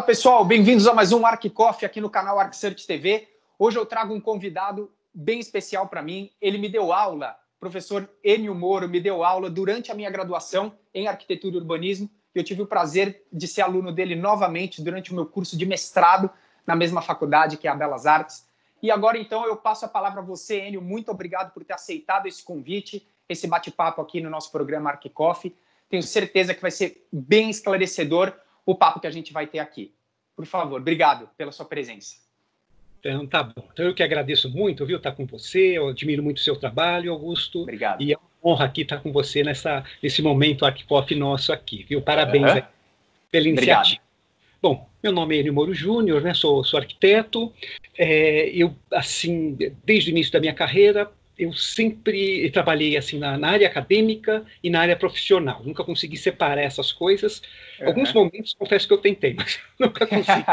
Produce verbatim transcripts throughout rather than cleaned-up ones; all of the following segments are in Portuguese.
Fala pessoal, bem-vindos a mais um ArcCoffee aqui no canal ArcSearch T V. Hoje eu trago um convidado bem especial para mim. Ele me deu aula, professor Enio Moro me deu aula durante a minha graduação em Arquitetura e Urbanismo. Eu tive o prazer de ser aluno dele novamente durante o meu curso de mestrado na mesma faculdade, que é a Belas Artes. E agora então eu passo a palavra a você, Enio. Muito obrigado por ter aceitado esse convite, esse bate-papo aqui no nosso programa ArcCoffee. Tenho certeza que vai ser bem esclarecedor o papo que a gente vai ter aqui. Por favor, obrigado pela sua presença. Então, tá bom. Então, eu que agradeço muito, viu, estar com você. Eu admiro muito o seu trabalho, Augusto. Obrigado. E é uma honra aqui estar com você nessa, nesse momento ArcCoffee nosso aqui, viu? Parabéns, uhum, aí pela iniciativa. Obrigado. Bom, meu nome é Enio Moro Júnior, né? Sou, sou arquiteto. É, eu, assim, desde o início da minha carreira, eu sempre trabalhei assim na, na área acadêmica e na área profissional. Nunca consegui separar essas coisas. Uhum. Alguns momentos, confesso que eu tentei, mas nunca consegui.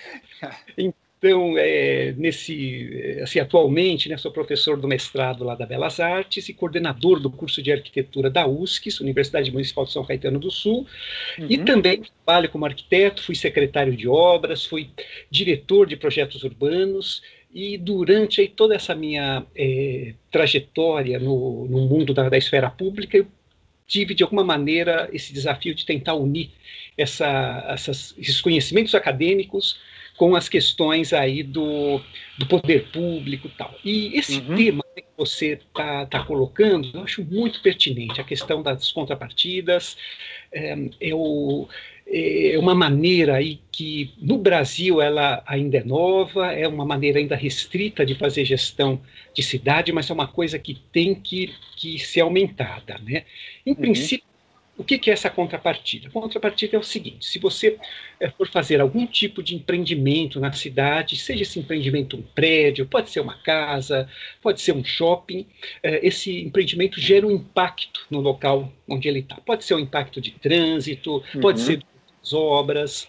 Então, é, nesse, assim, atualmente, né, sou professor do mestrado lá da Belas Artes e coordenador do curso de arquitetura da U S C, Universidade Municipal de São Caetano do Sul. Uhum. E também trabalho como arquiteto, fui secretário de obras, fui diretor de projetos urbanos. E durante aí, toda essa minha é, trajetória no, no mundo da, da esfera pública, eu tive, de alguma maneira, esse desafio de tentar unir essa, essas, esses conhecimentos acadêmicos com as questões aí do, do poder público e tal. E esse uhum. tema que você está tá colocando, eu acho muito pertinente, a questão das contrapartidas. É, eu, é uma maneira aí que, no Brasil, ela ainda é nova, é uma maneira ainda restrita de fazer gestão de cidade, mas é uma coisa que tem que, que ser aumentada, né? Em uhum. princípio, o que, que é essa contrapartida? A contrapartida é o seguinte: se você é, for fazer algum tipo de empreendimento na cidade, seja esse empreendimento um prédio, pode ser uma casa, pode ser um shopping, é, esse empreendimento gera um impacto no local onde ele está. Pode ser um impacto de trânsito, uhum. pode ser de obras.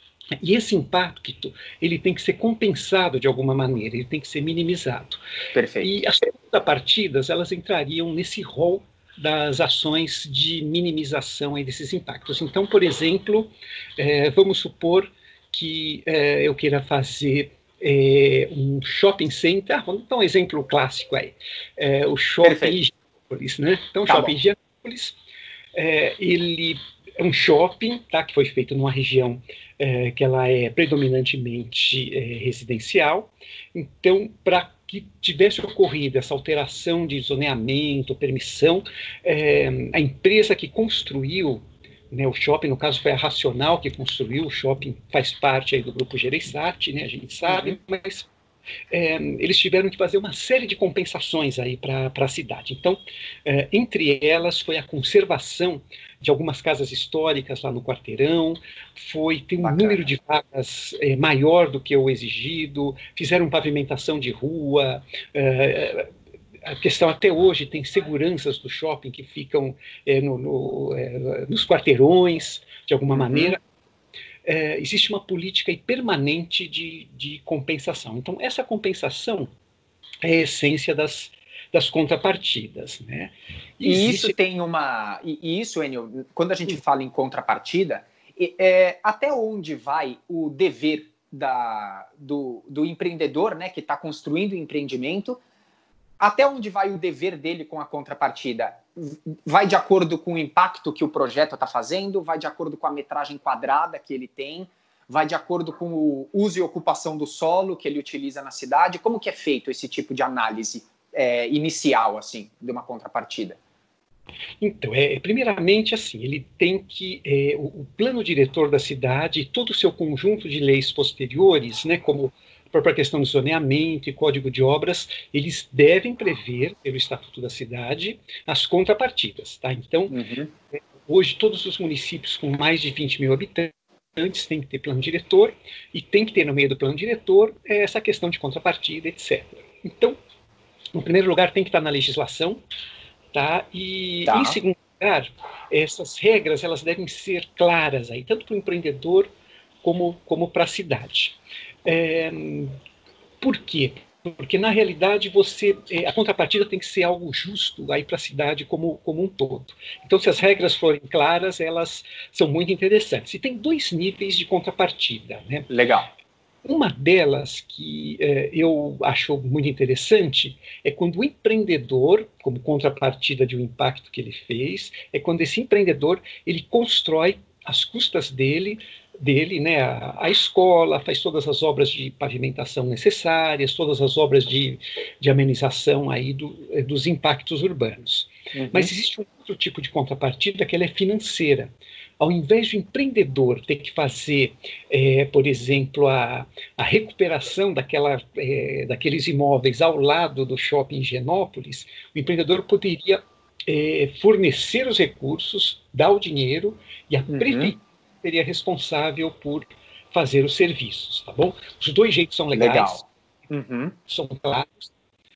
E esse impacto, ele tem que ser compensado de alguma maneira, ele tem que ser minimizado. Perfeito. E as contrapartidas, elas entrariam nesse rol das ações de minimização aí desses impactos. Então, por exemplo, é, vamos supor que é, eu queira fazer é, um shopping center. Ah, vamos dar um exemplo clássico aí. É, o shopping Higienópolis, né? Então, o tá shopping Higienópolis, é, ele é um shopping, tá, que foi feito numa região é, que ela é predominantemente é, residencial. Então, para que tivesse ocorrido essa alteração de zoneamento, permissão, é, a empresa que construiu, né, o shopping, no caso foi a Racional que construiu, o shopping faz parte aí do grupo Gereissati, né, a gente sabe, uhum. mas é, eles tiveram que fazer uma série de compensações aí para a cidade. Então, é, entre elas foi a conservação de algumas casas históricas lá no quarteirão, foi ter um Bacana. número de vagas é, maior do que o exigido, fizeram pavimentação de rua. É, a questão até hoje tem seguranças do shopping que ficam é, no, no, é, nos quarteirões, de alguma uhum. maneira. É, existe uma política permanente de, de compensação. Então, essa compensação é a essência das, das contrapartidas, né? E existe... isso tem uma... E isso, Enio, quando a gente fala em contrapartida, é, até onde vai o dever da, do, do empreendedor, né, que está construindo o empreendimento, até onde vai o dever dele com a contrapartida? Vai de acordo com o impacto que o projeto está fazendo? Vai de acordo com a metragem quadrada que ele tem? Vai de acordo com o uso e ocupação do solo que ele utiliza na cidade? Como que é feito esse tipo de análise é, inicial, assim, de uma contrapartida? Então, é, primeiramente, assim, ele tem que, é, o, o plano diretor da cidade, todo o seu conjunto de leis posteriores, né, como a própria questão do zoneamento e código de obras, eles devem prever, pelo Estatuto da Cidade, as contrapartidas, tá? Então, uhum. hoje, todos os municípios com mais de vinte mil habitantes têm que ter plano diretor, e tem que ter no meio do plano diretor essa questão de contrapartida, etcétera. Então, em primeiro lugar, tem que estar na legislação, tá? E, tá. em segundo lugar, essas regras, elas devem ser claras aí, tanto para o empreendedor como, como para a cidade. É, por quê? Porque, na realidade, você a contrapartida tem que ser algo justo aí para a cidade como, como um todo. Então, se as regras forem claras, elas são muito interessantes. E tem dois níveis de contrapartida, né? Legal. Uma delas que eh, eu acho muito interessante é quando o empreendedor, como contrapartida de um impacto que ele fez, é quando esse empreendedor ele constrói às custas dele, dele né, a, a escola, faz todas as obras de pavimentação necessárias, todas as obras de, de amenização aí do, dos impactos urbanos. Uhum. Mas existe um outro tipo de contrapartida que ela é financeira. Ao invés do empreendedor ter que fazer, é, por exemplo, a, a recuperação daquela, é, daqueles imóveis ao lado do shopping Higienópolis, o empreendedor poderia é, fornecer os recursos, dar o dinheiro, e a uhum. prefeitura seria responsável por fazer os serviços, tá bom? Os dois jeitos são legais, uhum. são claros,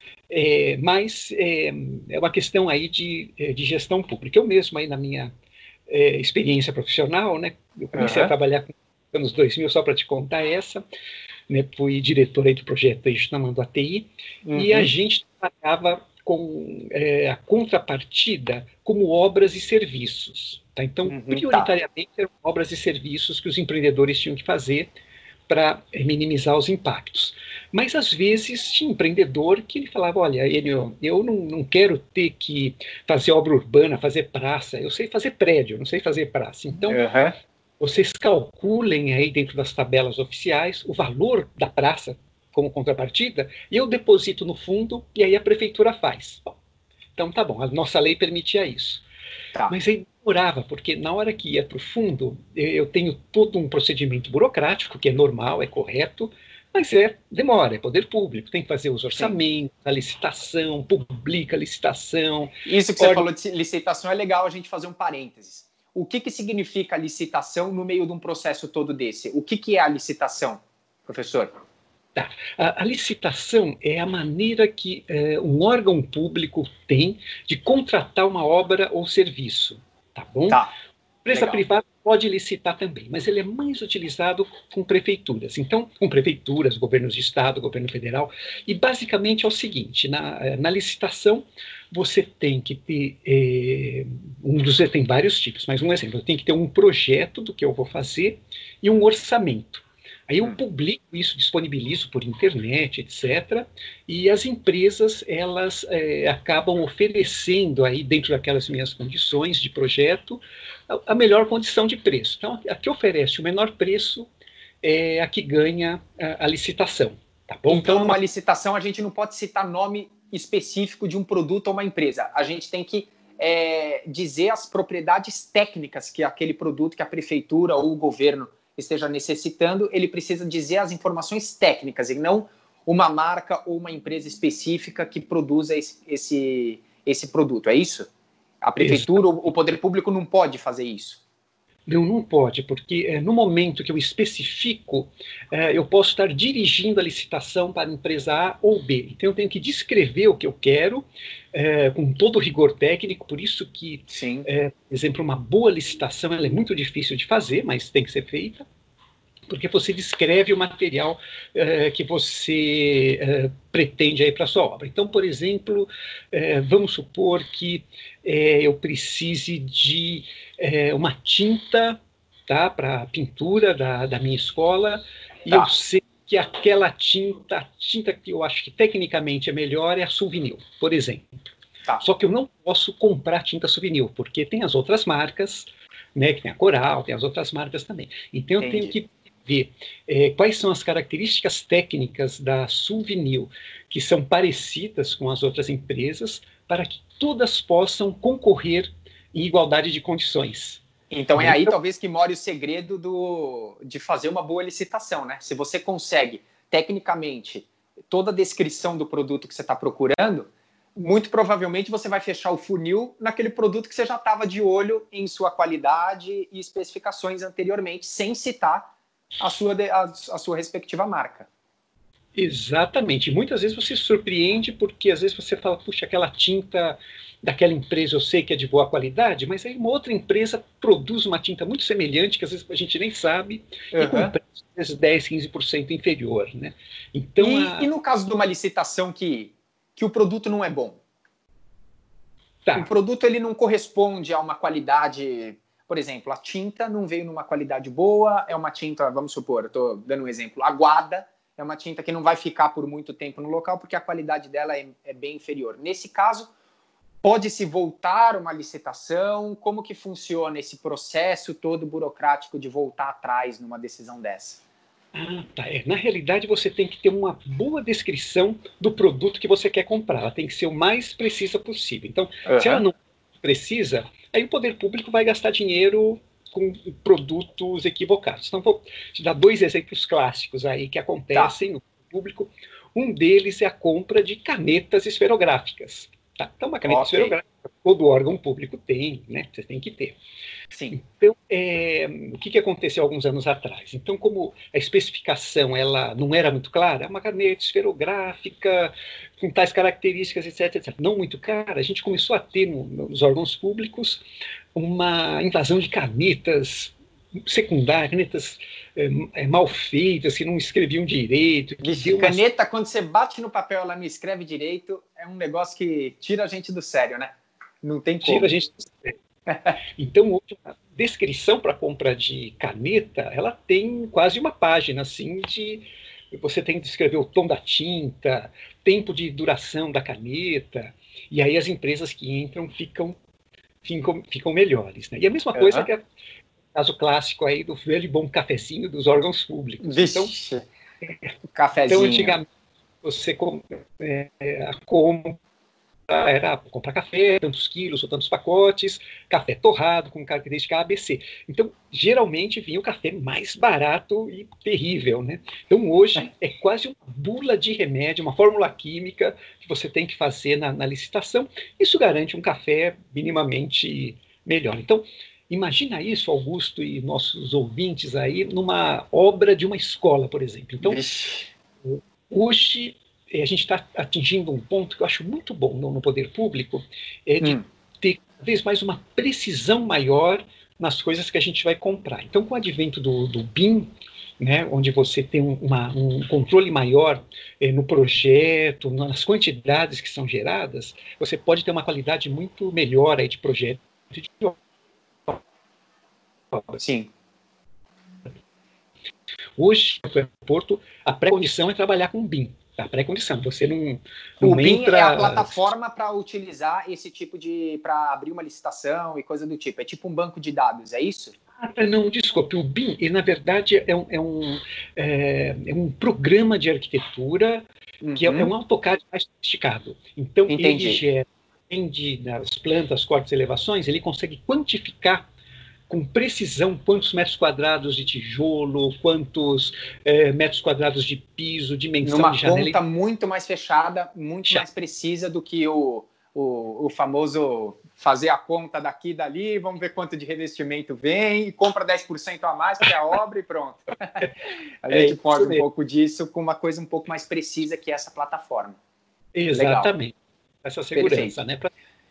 é, mas é, é uma questão aí de, de gestão pública. Eu mesmo, aí na minha É, experiência profissional, né? Eu comecei uhum. a trabalhar com nos anos dois mil, só para te contar essa, né? Fui diretor aí do projeto Eixo na Mão do A T I, uhum. e a gente trabalhava com é, a contrapartida como obras e serviços. Tá? Então, uhum, prioritariamente tá. eram obras e serviços que os empreendedores tinham que fazer para minimizar os impactos. Mas, às vezes, tinha empreendedor que ele falava, olha, Enio, eu não, não quero ter que fazer obra urbana, fazer praça, eu sei fazer prédio, não sei fazer praça. Então, uhum. vocês calculem aí dentro das tabelas oficiais o valor da praça como contrapartida, e eu deposito no fundo, e aí a prefeitura faz. Bom, então, tá bom, a nossa lei permitia isso. Tá. Mas aí demorava, porque na hora que ia para o fundo, eu tenho todo um procedimento burocrático, que é normal, é correto, mas é, demora, é poder público, tem que fazer os orçamentos, Sim. a licitação, publica a licitação. Isso que você pode... falou de licitação é legal a gente fazer um parênteses. O que, que significa licitação no meio de um processo todo desse? O que, que é a licitação, professor? Tá. A, a licitação é a maneira que é, um órgão público tem de contratar uma obra ou serviço, tá bom? Tá. Empresa privada pode licitar também, mas ele é mais utilizado com prefeituras. Então, com prefeituras, governos de estado, governo federal, e basicamente é o seguinte, na, na licitação você tem que ter, é, um dos, tem vários tipos, mas um exemplo, tem que ter um projeto do que eu vou fazer e um orçamento. Aí eu publico isso, disponibilizo por internet, etcétera. E as empresas, elas é, acabam oferecendo aí, dentro daquelas minhas condições de projeto, a, a melhor condição de preço. Então, a que oferece o menor preço é a que ganha a, a licitação. Tá bom? Então, numa licitação, a gente não pode citar nome específico de um produto ou uma empresa. A gente tem que é, dizer as propriedades técnicas que aquele produto, que a prefeitura ou o governo esteja necessitando, ele precisa dizer as informações técnicas e não uma marca ou uma empresa específica que produza esse, esse, esse produto. É isso? A prefeitura, isso. o poder público não pode fazer isso? Não, não pode, porque é, no momento que eu especifico, é, eu posso estar dirigindo a licitação para a empresa A ou B. Então, eu tenho que descrever o que eu quero, é, com todo o rigor técnico, por isso que, é, por exemplo, uma boa licitação ela é muito difícil de fazer, mas tem que ser feita, porque você descreve o material é, que você é, pretende aí para a sua obra. Então, por exemplo, é, vamos supor que é, eu precise de é, uma tinta, tá, para a pintura da, da minha escola, e tá. eu sei que aquela tinta, a tinta que eu acho que tecnicamente é melhor é a Souvenir, por exemplo. Tá. Só que eu não posso comprar tinta Souvenir, porque tem as outras marcas, né, que tem a Coral, tem as outras marcas também. Então, eu Entendi. tenho que ver é, quais são as características técnicas da Souvenir que são parecidas com as outras empresas para que todas possam concorrer em igualdade de condições. Então é aí talvez que mora o segredo do, de fazer uma boa licitação, né? Se você consegue, tecnicamente, toda a descrição do produto que você está procurando, muito provavelmente você vai fechar o funil naquele produto que você já estava de olho em sua qualidade e especificações anteriormente, sem citar a sua, a, a sua respectiva marca. Exatamente. E muitas vezes você se surpreende porque às vezes você fala, puxa, aquela tinta daquela empresa eu sei que é de boa qualidade, mas aí uma outra empresa produz uma tinta muito semelhante, que às vezes a gente nem sabe, e com um Uhum. preço às vezes dez, quinze por cento inferior, né? Então, E, a... e no caso de uma licitação que, que o produto não é bom? tá. O produto ele não corresponde a uma qualidade, por exemplo, a tinta não veio numa qualidade boa, é uma tinta, vamos supor, eu estou dando um exemplo, aguada, é uma tinta que não vai ficar por muito tempo no local porque a qualidade dela é, é bem inferior. Nesse caso, pode-se voltar uma licitação? Como que funciona esse processo todo burocrático de voltar atrás numa decisão dessa? Ah, tá. É, na realidade, você tem que ter uma boa descrição do produto que você quer comprar. Ela tem que ser o mais precisa possível. Então, uhum. se ela não precisa, aí o poder público vai gastar dinheiro com produtos equivocados. Então, vou te dar dois exemplos clássicos aí que acontecem tá. no público. Um deles é a compra de canetas esferográficas. Tá? Então, uma caneta okay. esferográfica, todo órgão público tem, né? Você tem que ter. Sim. Então, é, o que, que aconteceu alguns anos atrás? Então, como a especificação ela não era muito clara, uma caneta esferográfica com tais características, etc, etc, não muito cara, a gente começou a ter no, nos órgãos públicos uma invasão de canetas secundárias, canetas é, mal feitas, que não escreviam direito. Que Vixe, caneta, uma... quando você bate no papel, ela não escreve direito, é um negócio que tira a gente do sério, né? Não tem como. Tira a gente do sério. Então, hoje, a descrição para compra de caneta, ela tem quase uma página, assim, de... Você tem que descrever o tom da tinta, tempo de duração da caneta, e aí as empresas que entram ficam, ficam, ficam melhores, né? E a mesma uhum. coisa que é o caso clássico aí do velho e bom cafezinho dos órgãos públicos. Vixe, então, cafezinho. Então, antigamente, você é, a compra era comprar café, tantos quilos ou tantos pacotes, café torrado com característica A B C. Então, geralmente vinha o café mais barato e terrível, né? Então, hoje é quase uma bula de remédio, uma fórmula química que você tem que fazer na, na licitação. Isso garante um café minimamente melhor. Então, imagina isso, Augusto e nossos ouvintes aí, numa obra de uma escola, por exemplo. Então, hoje a gente está atingindo um ponto que eu acho muito bom no, no poder público, é de hum. ter cada vez mais uma precisão maior nas coisas que a gente vai comprar. Então, com o advento do, do B I M, né, onde você tem um, uma, um controle maior eh, no projeto, nas quantidades que são geradas, você pode ter uma qualidade muito melhor aí de projeto. Sim. Hoje, no aeroporto, a pré-condição é trabalhar com B I M. A pré-condição, você não, não o B I M entra... é a plataforma para utilizar esse tipo de... para abrir uma licitação e coisa do tipo. É tipo um banco de dados, é isso? Ah, não, desculpe. O B I M, ele, na verdade, é um, é, um, é, é um programa de arquitetura uhum. que é, é um AutoCAD mais sofisticado. Então, Entendi. ele gera, além das plantas, cortes e elevações, ele consegue quantificar com precisão quantos metros quadrados de tijolo, quantos é, metros quadrados de piso, dimensão Numa de janela. Uma conta muito mais fechada, muito Já. mais precisa do que o, o, o famoso fazer a conta daqui e dali, vamos ver quanto de revestimento vem, e compra dez por cento a mais para a obra e pronto. A gente é, pode um pouco disso com uma coisa um pouco mais precisa que essa plataforma. Exatamente. Legal. Essa segurança, Perfeito. né? Pra...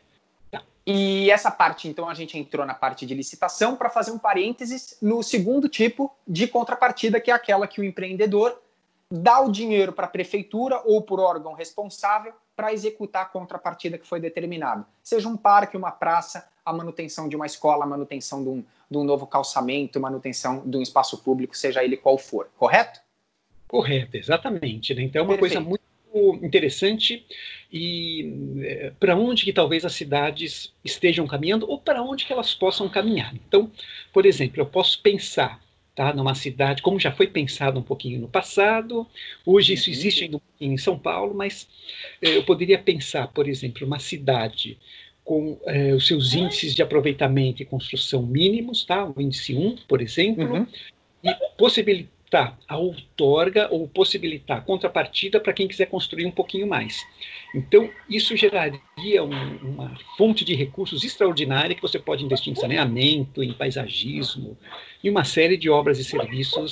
E essa parte, então, a gente entrou na parte de licitação para fazer um parênteses no segundo tipo de contrapartida, que é aquela que o empreendedor dá o dinheiro para a prefeitura ou por órgão responsável para executar a contrapartida que foi determinada. Seja um parque, uma praça, a manutenção de uma escola, a manutenção de um, de um novo calçamento, manutenção de um espaço público, seja ele qual for. Correto? Correto, exatamente. Né? Então é uma Perfeito. coisa muito interessante e é, para onde que talvez as cidades estejam caminhando ou para onde que elas possam caminhar. Então, por exemplo, eu posso pensar tá, numa cidade, como já foi pensado um pouquinho no passado, hoje isso existe ainda um pouquinho em São Paulo, mas é, eu poderia pensar, por exemplo, uma cidade com é, os seus índices de aproveitamento e construção mínimos, tá, o índice um, por exemplo, uhum. e possibilitar a outorga ou possibilitar a contrapartida para quem quiser construir um pouquinho mais. Então, isso geraria um, uma fonte de recursos extraordinária que você pode investir em saneamento, em paisagismo, e uma série de obras e serviços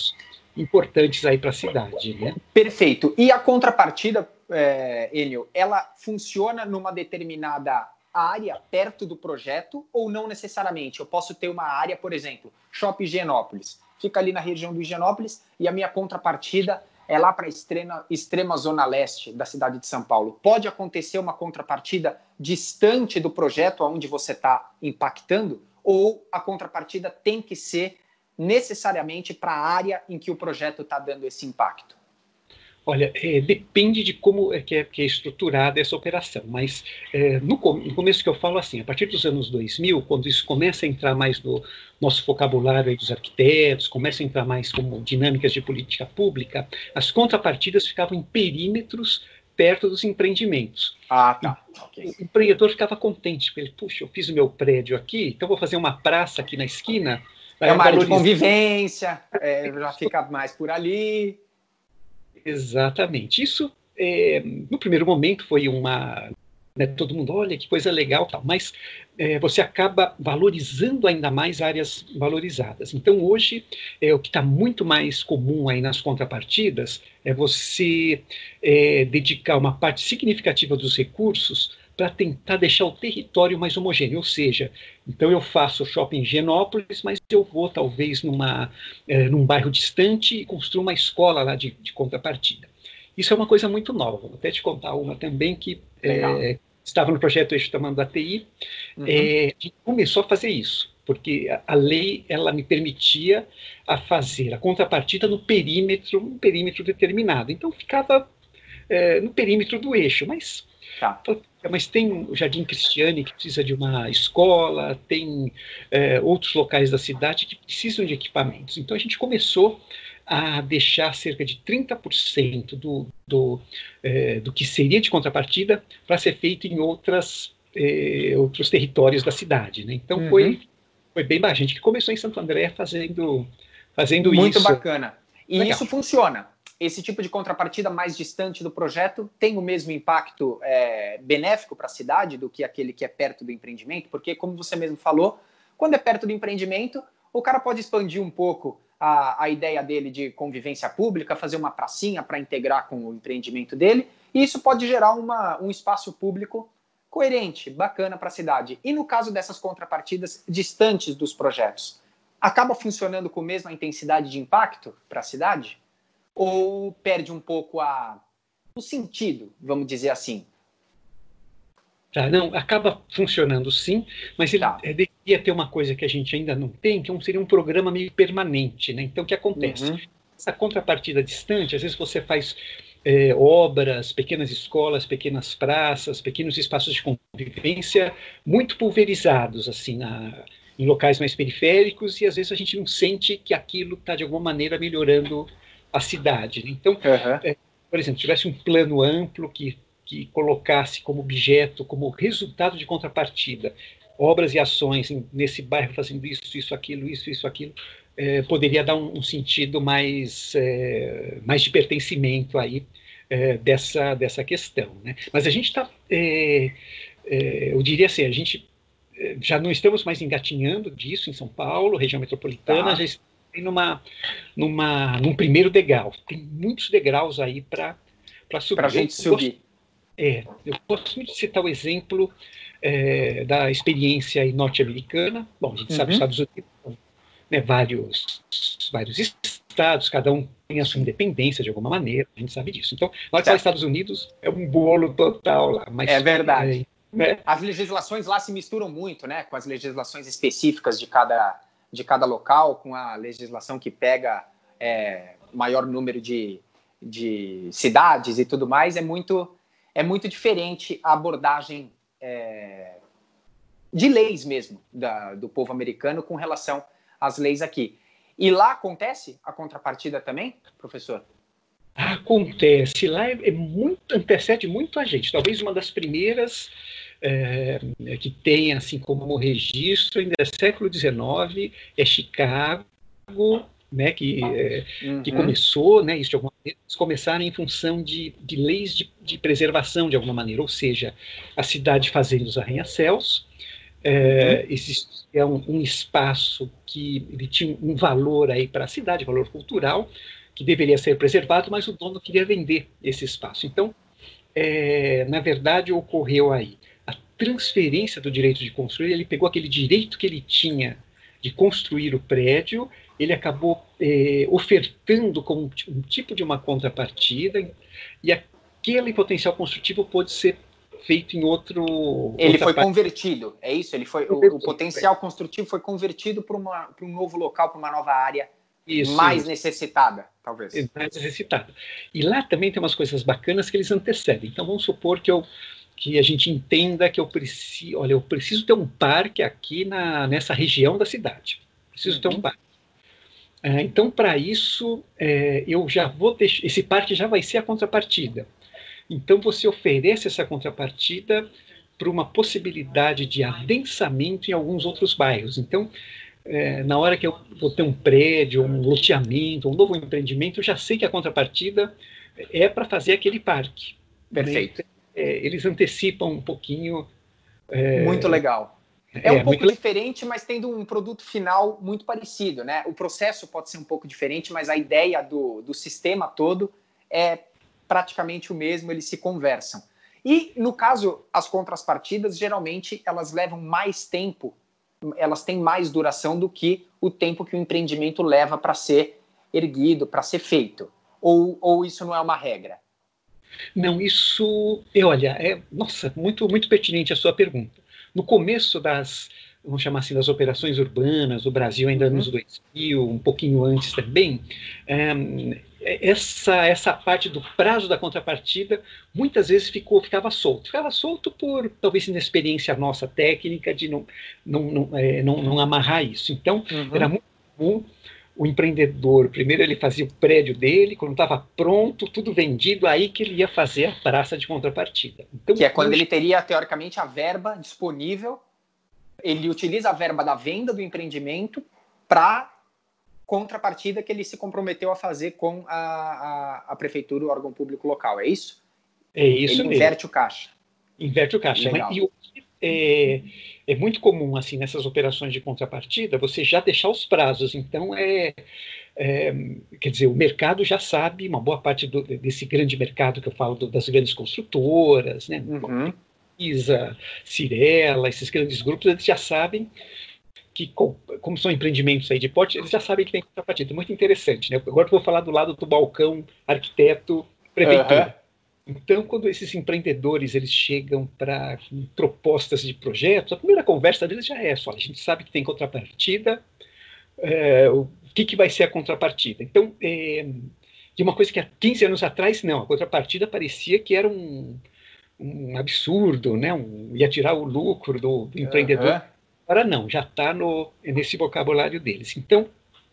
importantes aí para a cidade, né? Perfeito. E a contrapartida, é, Enio, ela funciona numa determinada área perto do projeto ou não necessariamente? Eu posso ter uma área, por exemplo, Shopping Higienópolis, fica ali na região do Higienópolis e a minha contrapartida é lá para a extrema, extrema zona leste da cidade de São Paulo. Pode acontecer uma contrapartida distante do projeto onde você está impactando ou a contrapartida tem que ser necessariamente para a área em que o projeto está dando esse impacto? Olha, é, depende de como é que, é que é estruturada essa operação, mas é, no, no começo que eu falo assim, a partir dos anos dois mil, quando isso começa a entrar mais no nosso vocabulário aí dos arquitetos, começa a entrar mais como dinâmicas de política pública, as contrapartidas ficavam em perímetros perto dos empreendimentos. Ah, tá. Okay. O empreendedor ficava contente, porque ele, puxa, eu fiz o meu prédio aqui, então vou fazer uma praça aqui na esquina. É uma área de convivência, é, já fica mais por ali. Exatamente. Isso, é, no primeiro momento, foi uma... Né, todo mundo, olha, que coisa legal, tal, mas é, você acaba valorizando ainda mais áreas valorizadas. Então, hoje, é, o que está muito mais comum aí nas contrapartidas é você é, dedicar uma parte significativa dos recursos para tentar deixar o território mais homogêneo, ou seja, então eu faço shopping em Higienópolis, mas eu vou talvez numa, é, num bairro distante e construo uma escola lá de, de contrapartida. Isso é uma coisa muito nova, vou até te contar uma também que é, estava no projeto Eixo Tamanduá T I, uhum. é, a gente começou a fazer isso, porque a, a lei ela me permitia a fazer a contrapartida no perímetro, um perímetro determinado, então ficava é, no perímetro do eixo, mas... Tá. Mas tem o Jardim Cristiane, que precisa de uma escola, tem é, outros locais da cidade que precisam de equipamentos. Então, a gente começou a deixar cerca de trinta por cento do, do, é, do que seria de contrapartida para ser feito em outras, é, outros territórios da cidade, né? Então, uhum. foi, foi bem bacana. A gente que começou em Santo André fazendo, fazendo Muito isso. Muito bacana. E Legal. Isso funciona. Esse tipo de contrapartida mais distante do projeto tem o mesmo impacto é, benéfico para a cidade do que aquele que é perto do empreendimento? Porque, como você mesmo falou, quando é perto do empreendimento, o cara pode expandir um pouco a, a ideia dele de convivência pública, fazer uma pracinha para integrar com o empreendimento dele, e isso pode gerar uma, um espaço público coerente, bacana para a cidade. E no caso dessas contrapartidas distantes dos projetos, acaba funcionando com a mesma intensidade de impacto para a cidade? Ou perde um pouco a, o sentido, vamos dizer assim? Tá, não, acaba funcionando sim, mas ele tá. é, deveria ter uma coisa que a gente ainda não tem, que seria um programa meio permanente, né? Então, o que acontece? Uhum. Essa contrapartida distante, às vezes você faz é, obras, pequenas escolas, pequenas praças, pequenos espaços de convivência muito pulverizados, assim, na, em locais mais periféricos, e às vezes a gente não sente que aquilo está, de alguma maneira, melhorando a cidade. Né? Então, uhum. é, por exemplo, se tivesse um plano amplo que, que colocasse como objeto, como resultado de contrapartida, obras e ações em, nesse bairro fazendo isso, isso, aquilo, isso, isso, aquilo, é, poderia dar um, um sentido mais, é, mais de pertencimento aí é, dessa, dessa questão. Né? Mas a gente está, é, é, eu diria assim, a gente já não estamos mais engatinhando disso em São Paulo, região metropolitana, tá. já Numa, numa, num primeiro degrau. Tem muitos degraus aí para subir. Para a gente eu subir. Gosto, é, eu gosto muito de citar o exemplo é, da experiência norte-americana. Bom, a gente uhum. sabe os Estados Unidos, né, vários, vários estados, cada um tem a sua independência de alguma maneira, a gente sabe disso. Então, nós os Estados Unidos é um bolo total lá. Mas, é verdade. É, né? As legislações lá se misturam muito, né, com as legislações específicas de cada... de cada local, com a legislação que pega é, maior número de, de cidades e tudo mais, é muito, é muito diferente a abordagem é, de leis mesmo da, do povo americano com relação às leis aqui. E lá acontece a contrapartida também, professor? Acontece. Lá é, é muito, antecede muito a gente. Talvez uma das primeiras é, que tem assim como registro ainda é século dezenove, é Chicago, né, que, é, uhum. que começou, né, isso de alguma maneira, eles começaram em função de, de leis de, de preservação de alguma maneira, ou seja, a cidade fazendo os arranha-céus, é, uhum. existia um, um espaço que ele tinha um valor aí para a cidade, valor cultural, que deveria ser preservado, mas o dono queria vender esse espaço. Então, é, na verdade, ocorreu aí a transferência do direito de construir. Ele pegou aquele direito que ele tinha de construir o prédio, ele acabou é, ofertando como um, um tipo de uma contrapartida, e aquele potencial construtivo pôde ser feito em outro... Ele foi parte. Convertido, é isso? Ele foi, o, o potencial construtivo foi convertido para um novo local, para uma nova área isso, mais isso. necessitada, talvez. Mais necessitada. E lá também tem umas coisas bacanas que eles antecedem. Então, vamos supor que, eu, que a gente entenda que eu preciso... Olha, eu preciso ter um parque aqui na, nessa região da cidade. Preciso uhum. ter um parque. É, então, para isso, é, eu já vou deixar... Esse parque já vai ser a contrapartida. Então, você oferece essa contrapartida para uma possibilidade de adensamento em alguns outros bairros. Então, é, na hora que eu vou ter um prédio, um loteamento, um novo empreendimento, eu já sei que a contrapartida é para fazer aquele parque. Perfeito. Né? É, eles antecipam um pouquinho... É, muito legal. É, é um pouco diferente, mas tendo um produto final muito parecido, né? O processo pode ser um pouco diferente, mas a ideia do, do sistema todo é praticamente o mesmo, eles se conversam. E, no caso, as contrapartidas, geralmente, elas levam mais tempo, elas têm mais duração do que o tempo que o empreendimento leva para ser erguido, para ser feito. Ou, ou isso não é uma regra? Não, isso... Olha, é, nossa, muito, muito pertinente a sua pergunta. No começo das, vamos chamar assim, das operações urbanas, o Brasil ainda uhum. nos dois mil, um pouquinho antes também, é, essa, essa parte do prazo da contrapartida muitas vezes ficou, ficava solto. Ficava solto por, talvez, inexperiência nossa técnica de não, não, não, é, não, não amarrar isso. Então, uhum. era muito comum o empreendedor, primeiro ele fazia o prédio dele, quando estava pronto, tudo vendido, aí que ele ia fazer a praça de contrapartida. Então, que é quando ele teria, teoricamente, a verba disponível, ele utiliza a verba da venda do empreendimento para contrapartida que ele se comprometeu a fazer com a, a, a prefeitura, o órgão público local, é isso? É isso ele mesmo. Inverte o caixa. Inverte o caixa. Mas, e o que é, é muito comum, assim, nessas operações de contrapartida, você já deixar os prazos. Então, é, é, quer dizer, o mercado já sabe, uma boa parte do, desse grande mercado que eu falo, do, das grandes construtoras, né? Uhum. Isa, Cirela, esses grandes grupos, eles já sabem que, como são empreendimentos aí de porte, eles já sabem que tem contrapartida. Muito interessante, né? Agora eu vou falar do lado do balcão, arquiteto, prefeitura. Uhum. Então, quando esses empreendedores eles chegam para propostas de projetos, a primeira conversa deles já é essa: olha, a gente sabe que tem contrapartida, é, o que, que vai ser a contrapartida? Então, é, de uma coisa que há quinze anos atrás, não, a contrapartida parecia que era um, um absurdo, né? um, ia tirar o lucro do, do empreendedor. Uhum. Agora não, já está nesse vocabulário deles. Então,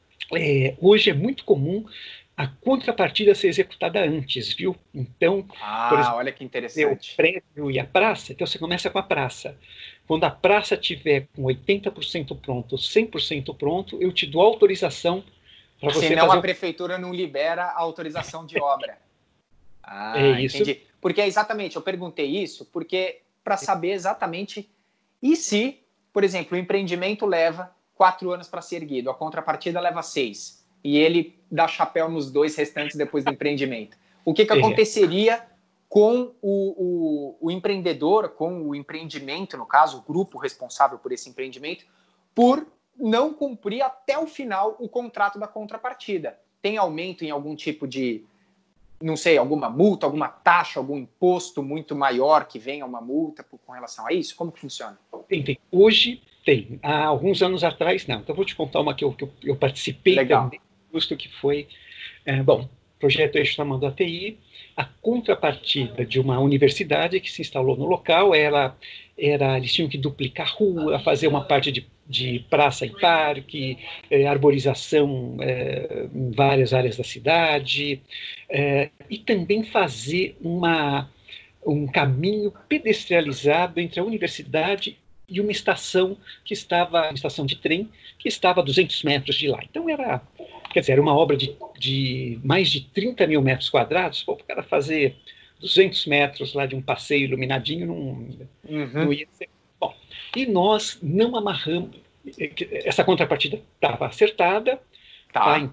é, hoje é muito comum a contrapartida ser executada antes, viu? Então, ah, por exemplo, olha que interessante. O prédio e a praça, então você começa com a praça. Quando a praça tiver com oitenta por cento pronto, cem por cento pronto, eu te dou autorização para você Senão fazer... a prefeitura não libera a autorização de obra. Ah, é isso. Entendi. Porque exatamente, eu perguntei isso porque para saber exatamente e se, por exemplo, o empreendimento leva quatro anos para ser erguido, a contrapartida leva seis. E ele dá chapéu nos dois restantes depois do empreendimento. O que, que é. aconteceria com o, o, o empreendedor, com o empreendimento, no caso, o grupo responsável por esse empreendimento, por não cumprir até o final o contrato da contrapartida? Tem aumento em algum tipo de, não sei, alguma multa, alguma taxa, algum imposto muito maior que venha uma multa com relação a isso? Como que funciona? Tem, tem. Hoje tem. Há alguns anos atrás, não. Então, eu vou te contar uma que eu, que eu, eu participei Legal. também. Justo que foi, é, bom, projeto Eixo Tamanho A T I, a contrapartida de uma universidade que se instalou no local, ela, era, eles tinham que duplicar a rua, fazer uma parte de, de praça e parque, é, arborização é, em várias áreas da cidade, é, e também fazer uma, um caminho pedestrializado entre a universidade e uma estação que estava, uma estação de trem, que estava a duzentos metros de lá. Então era, quer dizer, era uma obra de, de mais de trinta mil metros quadrados. Pô, o cara fazer duzentos metros lá de um passeio iluminadinho não, uhum. não ia ser bom. E nós não amarramos, essa contrapartida estava acertada, tá. Tá, então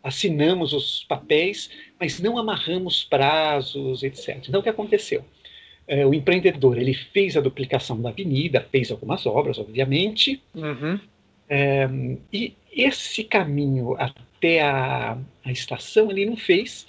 assinamos os papéis, mas não amarramos prazos, etcétera. Então, o que aconteceu? É, o empreendedor ele fez a duplicação da avenida, fez algumas obras, obviamente, Uhum. é, e esse caminho até a, a estação ele não fez,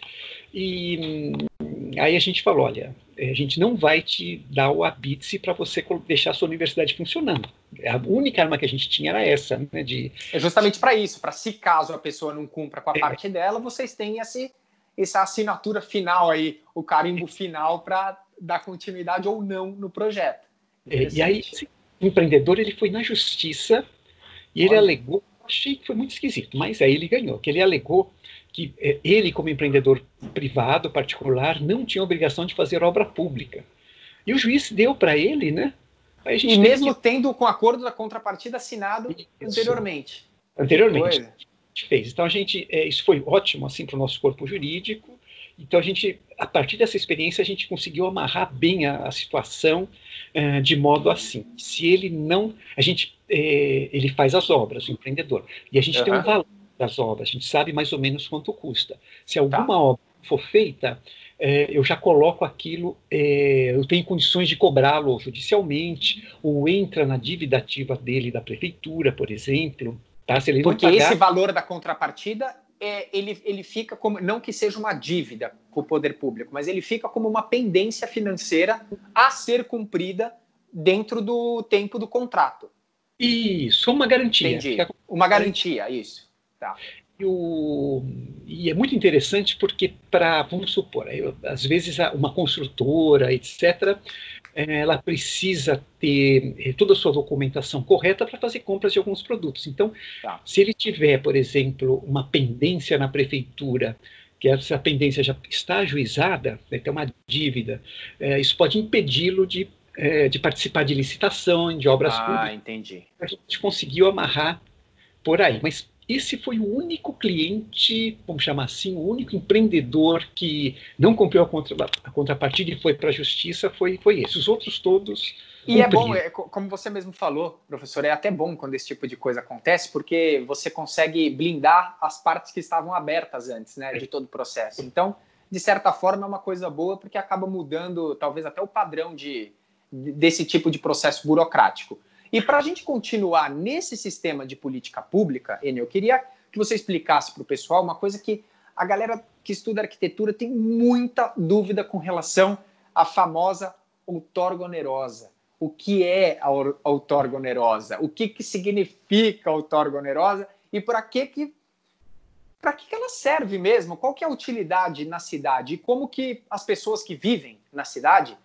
e hum, aí a gente falou, olha, a gente não vai te dar o habite para você deixar a sua universidade funcionando. A única arma que a gente tinha era essa, né, de... É justamente para isso, para se caso a pessoa não cumpra com a é. parte dela, vocês têm esse, essa assinatura final aí, o carimbo final para dar continuidade ou não no projeto. É, e aí, esse empreendedor ele foi na justiça e ele Olha. alegou, achei que foi muito esquisito, mas aí ele ganhou, que ele alegou que é, ele, como empreendedor privado, particular, não tinha obrigação de fazer obra pública. E o juiz deu para ele, né? Aí a gente e mesmo que... tendo com o acordo da contrapartida assinado isso. anteriormente. Anteriormente. A gente fez. Então, a gente, é, isso foi ótimo assim, para o nosso corpo jurídico. Então, a gente, a partir dessa experiência, a gente conseguiu amarrar bem a, a situação uh, de modo assim. Se ele não... A gente, é, ele faz as obras, o empreendedor. E a gente uhum. tem um valor das obras. A gente sabe mais ou menos quanto custa. Se alguma tá. obra for feita... É, eu já coloco aquilo, é, eu tenho condições de cobrá-lo judicialmente, ou entra na dívida ativa dele da prefeitura, por exemplo. Tá? Se ele não Porque pagar... esse valor da contrapartida, é, ele, ele fica como, não que seja uma dívida com o poder público, mas ele fica como uma pendência financeira a ser cumprida dentro do tempo do contrato. Isso, uma garantia. Entendi, fica... uma garantia, isso. Tá. E, o, e é muito interessante porque, para, vamos supor, eu, às vezes uma construtora, etcétera, ela precisa ter toda a sua documentação correta para fazer compras de alguns produtos. Então, tá. se ele tiver, por exemplo, uma pendência na prefeitura, que essa pendência já está ajuizada, né, tem uma dívida, é, isso pode impedi-lo de, é, de participar de licitação, de obras ah, públicas. Ah, entendi. A gente conseguiu amarrar por aí, mas... esse foi o único cliente, vamos chamar assim, o único empreendedor que não cumpriu a, contra, a contrapartida e foi para a justiça, foi, foi esse. Os outros todos E cumpriram. É bom, é, como você mesmo falou, professor, é até bom quando esse tipo de coisa acontece, porque você consegue blindar as partes que estavam abertas antes, né, de todo o processo. Então, de certa forma, é uma coisa boa, porque acaba mudando, talvez, até o padrão de, desse tipo de processo burocrático. E para a gente continuar nesse sistema de política pública, Enio, eu queria que você explicasse para o pessoal uma coisa que a galera que estuda arquitetura tem muita dúvida com relação à famosa outorga onerosa. O que é a outorga onerosa? O que, que significa a outorga onerosa? E para que que, para que que ela serve mesmo? Qual que é a utilidade na cidade? E como que as pessoas que vivem na cidade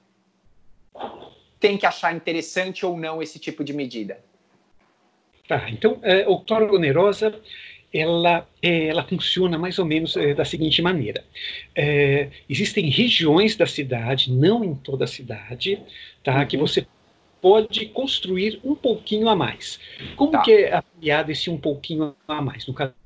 tem que achar interessante ou não esse tipo de medida? Tá, então, a outorga onerosa, ela, é, ela funciona mais ou menos é, da seguinte maneira. É, existem regiões da cidade, não em toda a cidade, tá, uhum. que você pode construir um pouquinho a mais. Como tá. que é avaliado esse um pouquinho a mais? No caso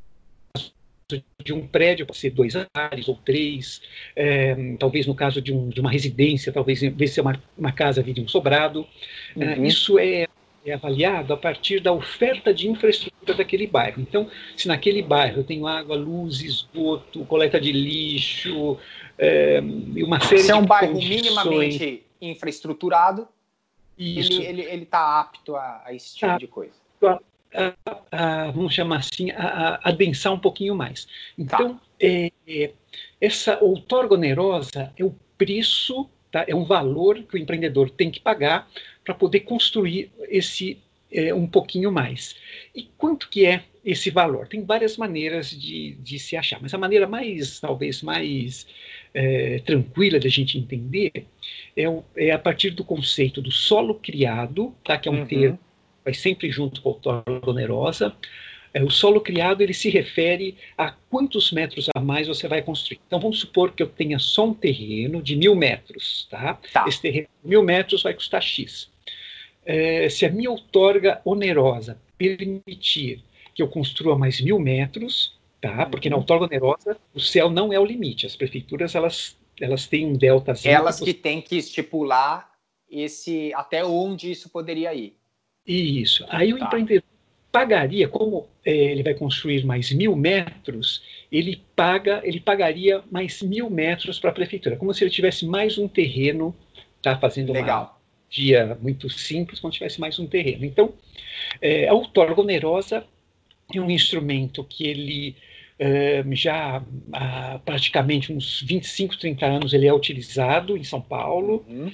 de um prédio, pode ser dois andares ou três, é, talvez no caso de, um, de uma residência, talvez em vez de ser uma, uma casa, vire um sobrado. Uhum. É, isso é, é avaliado a partir da oferta de infraestrutura daquele bairro. Então, se naquele bairro eu tenho água, luz, esgoto, coleta de lixo, é, uma série de se é um bairro condições... minimamente infraestruturado, isso. ele está apto a, a esse tipo tá. de coisa. A, a, vamos chamar assim, a, a adensar um pouquinho mais. Então, tá. é, é, essa outorga onerosa é o preço, tá? É um valor que o empreendedor tem que pagar para poder construir esse é, um pouquinho mais. E quanto que é esse valor? Tem várias maneiras de, de se achar, mas a maneira mais, talvez, mais é, tranquila de a gente entender é, o, é a partir do conceito do solo criado, tá? Que é um uhum. termo vai sempre junto com a outorga onerosa. É, o solo criado, ele se refere a quantos metros a mais você vai construir. Então, vamos supor que eu tenha só um terreno de mil metros, tá? tá. Esse terreno de mil metros vai custar X. É, se a minha outorga onerosa permitir que eu construa mais mil metros, tá? Porque na outorga onerosa, o céu não é o limite. As prefeituras, elas, elas têm um deltazinho. Elas que, que têm que estipular esse, até onde isso poderia ir. Isso. Aí o tá. empreendedor pagaria, como é, ele vai construir mais mil metros, ele, paga, ele pagaria mais mil metros para a prefeitura, como se ele tivesse mais um terreno, tá, fazendo Legal. uma dia muito simples, como se tivesse mais um terreno. Então, é, a outorga onerosa é um instrumento que ele é, já há praticamente uns vinte e cinco, trinta anos ele é utilizado em São Paulo, uhum.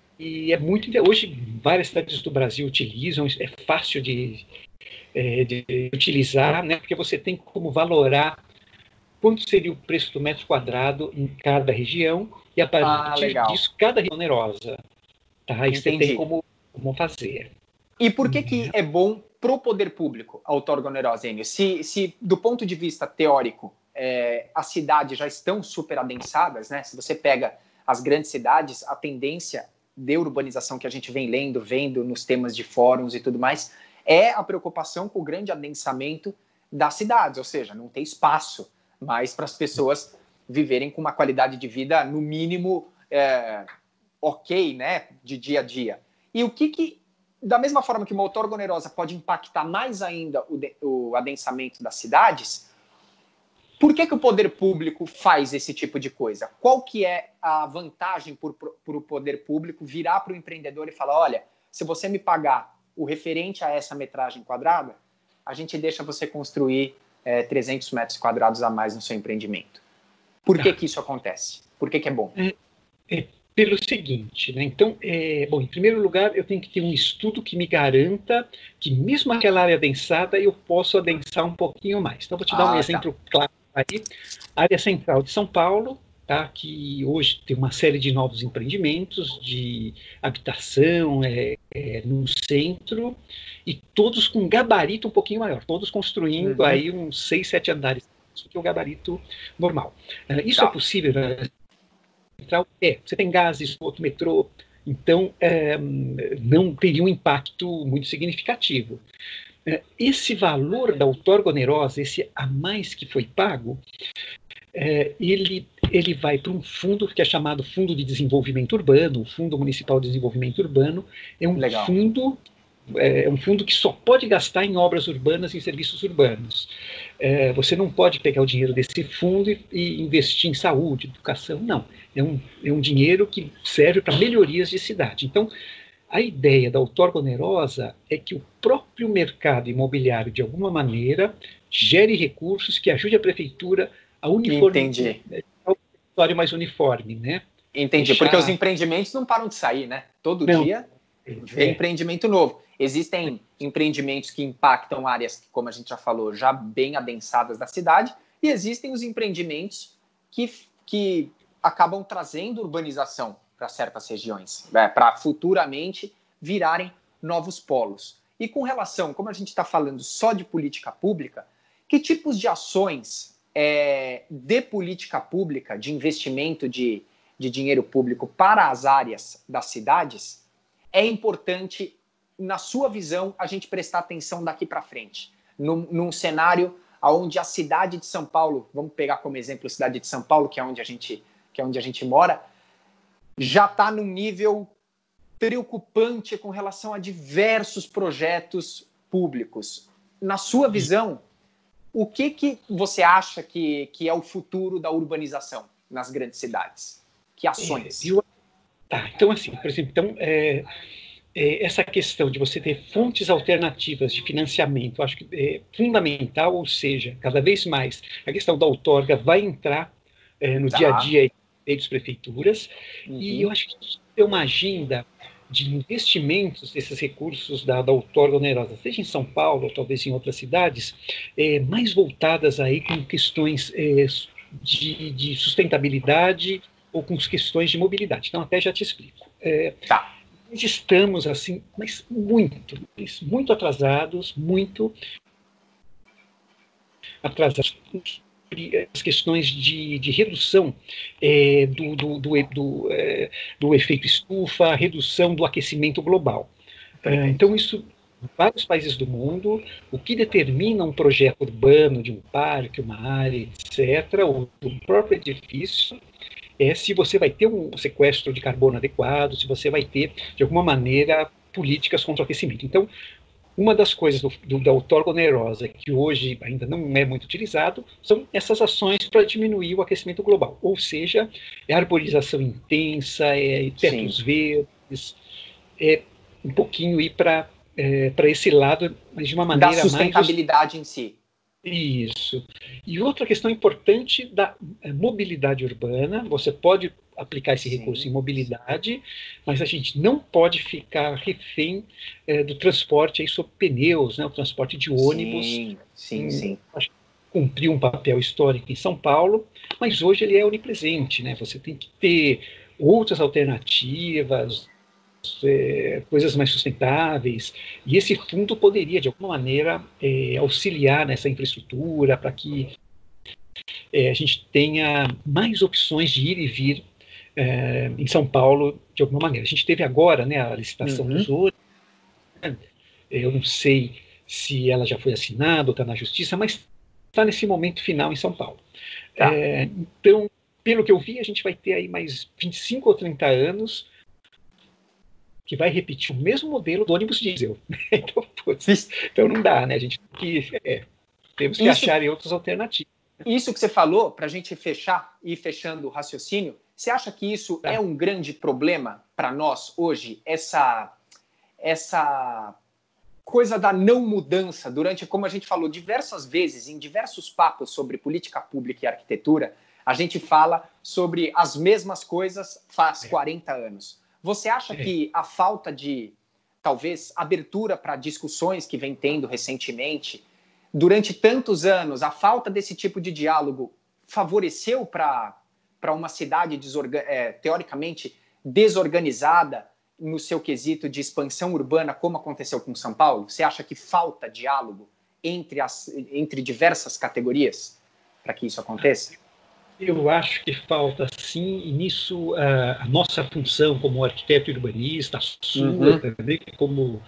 E é muito, hoje várias cidades do Brasil utilizam, é fácil de, é, de utilizar, né, porque você tem como valorar quanto seria o preço do metro quadrado em cada região, e a partir ah, disso, cada região onerosa. Tá? E você tem como, como fazer. E por que, que é bom para o poder público a outorga onerosa, Enio? Se, se, do ponto de vista teórico, é, as cidades já estão super adensadas, né? Se você pega as grandes cidades, a tendência de urbanização que a gente vem lendo, vendo nos temas de fóruns e tudo mais, é a preocupação com o grande adensamento das cidades, ou seja, não tem espaço mais para as pessoas viverem com uma qualidade de vida, no mínimo, é, ok, né, de dia a dia. E o que que, da mesma forma que uma outorga onerosa pode impactar mais ainda o, de, o adensamento das cidades, por que que o poder público faz esse tipo de coisa? Qual que é a vantagem para o poder público virar para o empreendedor e falar, olha, se você me pagar o referente a essa metragem quadrada, a gente deixa você construir é, trezentos metros quadrados a mais no seu empreendimento. Por que que isso acontece? Por que que é bom? É, é pelo seguinte, né? Então, é, bom, em primeiro lugar, eu tenho que ter um estudo que me garanta que mesmo aquela área adensada, eu posso adensar um pouquinho mais. Então, vou te dar ah, um exemplo tá. claro. Aí, a área central de São Paulo, tá, que hoje tem uma série de novos empreendimentos de habitação é, é, no centro, e todos com gabarito um pouquinho maior, todos construindo uhum. aí uns seis, sete andares, que é o gabarito normal. Uh, isso tá. é possível na área central? É, você tem gás, esgoto, metrô, então é, não teria um impacto muito significativo. Esse valor da outorga onerosa, esse a mais que foi pago, é, ele, ele vai para um fundo que é chamado Fundo de Desenvolvimento Urbano, o Fundo Municipal de Desenvolvimento Urbano. É um Legal. fundo é um fundo que só pode gastar em obras urbanas e em serviços urbanos. É, você não pode pegar o dinheiro desse fundo e, e investir em saúde, educação, não. É um, é um dinheiro que serve para melhorias de cidade. Então, a ideia da outorga onerosa é que o próprio mercado imobiliário, de alguma maneira, gere recursos que ajude a prefeitura a uniformizar o território mais uniforme, né? Entendi, Deixar... porque os empreendimentos não param de sair, né? Todo não. dia vem é. empreendimento novo. Existem empreendimentos que impactam áreas, como a gente já falou, já bem adensadas da cidade, e existem os empreendimentos que, que acabam trazendo urbanização para certas regiões, né, para futuramente virarem novos polos. E com relação, como a gente está falando só de política pública, que tipos de ações é, de política pública, de investimento de, de dinheiro público para as áreas das cidades, é importante, na sua visão, a gente prestar atenção daqui para frente, num, num cenário onde a cidade de São Paulo, vamos pegar como exemplo a cidade de São Paulo, que é onde a gente, que é onde a gente mora, já está num nível preocupante com relação a diversos projetos públicos. Na sua visão, o que, que você acha que, que é o futuro da urbanização nas grandes cidades? Que ações? É, eu... Tá, então assim, por exemplo, então, é, é, essa questão de você ter fontes alternativas de financiamento, eu acho que é fundamental, ou seja, cada vez mais a questão da outorga vai entrar é, no tá. dia a dia das prefeituras, uhum. e eu acho que tem uma agenda de investimentos desses recursos da, da outorga onerosa, seja em São Paulo, ou talvez em outras cidades, é, mais voltadas aí com questões é, de, de sustentabilidade ou com questões de mobilidade. Então, até já te explico. É, tá. Nós estamos, assim, mas muito, muito atrasados, muito atrasados as questões de, de redução é, do, do, do, do, é, do efeito estufa, redução do aquecimento global. É, então, isso, em vários países do mundo, o que determina um projeto urbano de um parque, uma área, etcétera, ou do próprio edifício, é se você vai ter um sequestro de carbono adequado, se você vai ter, de alguma maneira, políticas contra o aquecimento. Então, uma das coisas do, do, da outorga onerosa que hoje ainda não é muito utilizado são essas ações para diminuir o aquecimento global, ou seja, é arborização intensa, é tetos verdes, é um pouquinho ir para é, para esse lado, mas de uma maneira mais... Da sustentabilidade mais... em si. Isso. E outra questão importante da mobilidade urbana, você pode aplicar esse recurso sim, em mobilidade, sim. mas a gente não pode ficar refém é, do transporte aí sob pneus, né, o transporte de ônibus. Sim, sim, sim. Acho que cumpriu um papel histórico em São Paulo, mas hoje ele é onipresente, né? Você tem que ter outras alternativas, É, coisas mais sustentáveis, e esse fundo poderia, de alguma maneira, é, auxiliar nessa infraestrutura para que é, a gente tenha mais opções de ir e vir é, em São Paulo, de alguma maneira. A gente teve agora, né, a licitação uhum. dos ônibus, né? Eu não sei se ela já foi assinada ou está na justiça, mas está nesse momento final em São Paulo. Tá. É, então, pelo que eu vi, a gente vai ter aí mais vinte e cinco ou trinta anos que vai repetir o mesmo modelo do ônibus diesel. Então, putz, então não dá, né? A gente tem que, é, temos que isso, achar outras alternativas. Isso que você falou, para a gente fechar e ir fechando o raciocínio, você acha que isso tá. é um grande problema para nós hoje? Essa, essa coisa da não mudança durante, como a gente falou diversas vezes, em diversos papos sobre política pública e arquitetura, a gente fala sobre as mesmas coisas faz é. quarenta anos. Você acha é. que a falta de, talvez, abertura para discussões que vem tendo recentemente, durante tantos anos, a falta desse tipo de diálogo favoreceu para uma cidade desorga é, teoricamente desorganizada no seu quesito de expansão urbana, como aconteceu com São Paulo? Você acha que falta diálogo entre, as, entre diversas categorias para que isso aconteça? Eu acho que falta, sim, e nisso a, a nossa função como arquiteto urbanista, a sua uhum. também, como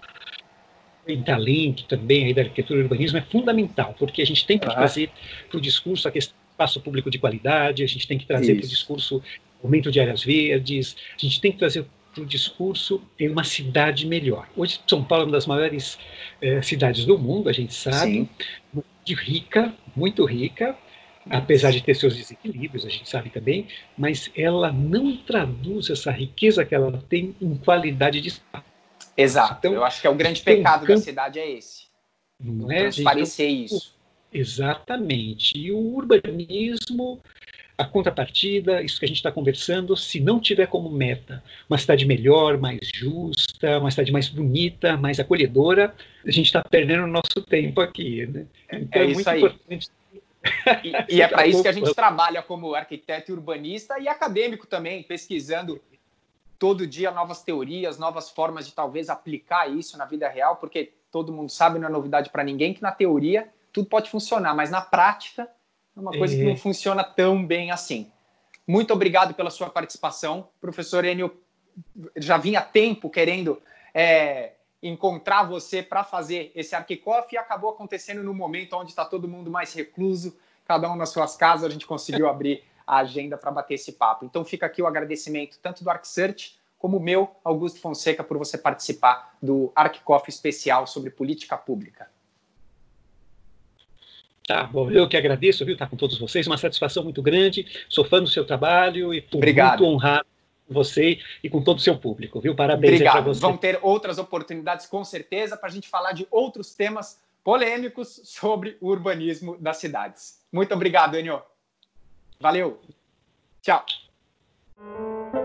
em talento também aí da arquitetura e urbanismo, é fundamental, porque a gente tem que uhum. trazer para o discurso a questão do espaço público de qualidade, a gente tem que trazer para o discurso aumento de áreas verdes, a gente tem que trazer para o discurso em uma cidade melhor. Hoje, São Paulo é uma das maiores eh, cidades do mundo, a gente sabe, muito rica, muito rica, apesar de ter seus desequilíbrios, a gente sabe também, mas ela não traduz essa riqueza que ela tem em qualidade de espaço. Exato, então, eu acho que é o grande pecado um campo, da cidade é esse, não, não é, transparecer gente, isso. Exatamente, e o urbanismo, a contrapartida, isso que a gente está conversando, se não tiver como meta uma cidade melhor, mais justa, uma cidade mais bonita, mais acolhedora, a gente está perdendo o nosso tempo aqui, né? Então, é, é isso muito aí. Importante. E, e é para isso que a gente trabalha como arquiteto e urbanista e acadêmico também, pesquisando todo dia novas teorias, novas formas de talvez aplicar isso na vida real, porque todo mundo sabe, não é novidade para ninguém, que na teoria tudo pode funcionar, mas na prática é uma coisa é... que não funciona tão bem assim. Muito obrigado pela sua participação. Professor Enio, já vinha tempo querendo é, encontrar você para fazer esse Arquicoff e acabou acontecendo no momento onde está todo mundo mais recluso, cada um nas suas casas, a gente conseguiu abrir a agenda para bater esse papo. Então fica aqui o agradecimento tanto do ArcSearch como o meu, Augusto Fonseca, por você participar do Arquicoff especial sobre política pública. Tá, bom, eu que agradeço, viu, estar com todos vocês, uma satisfação muito grande, sou fã do seu trabalho e estou muito honrado com você e com todo o seu público, viu, parabéns. Obrigado, para você. Vão ter outras oportunidades com certeza para a gente falar de outros temas polêmicos sobre o urbanismo das cidades. Muito obrigado, Enio. Valeu. Tchau.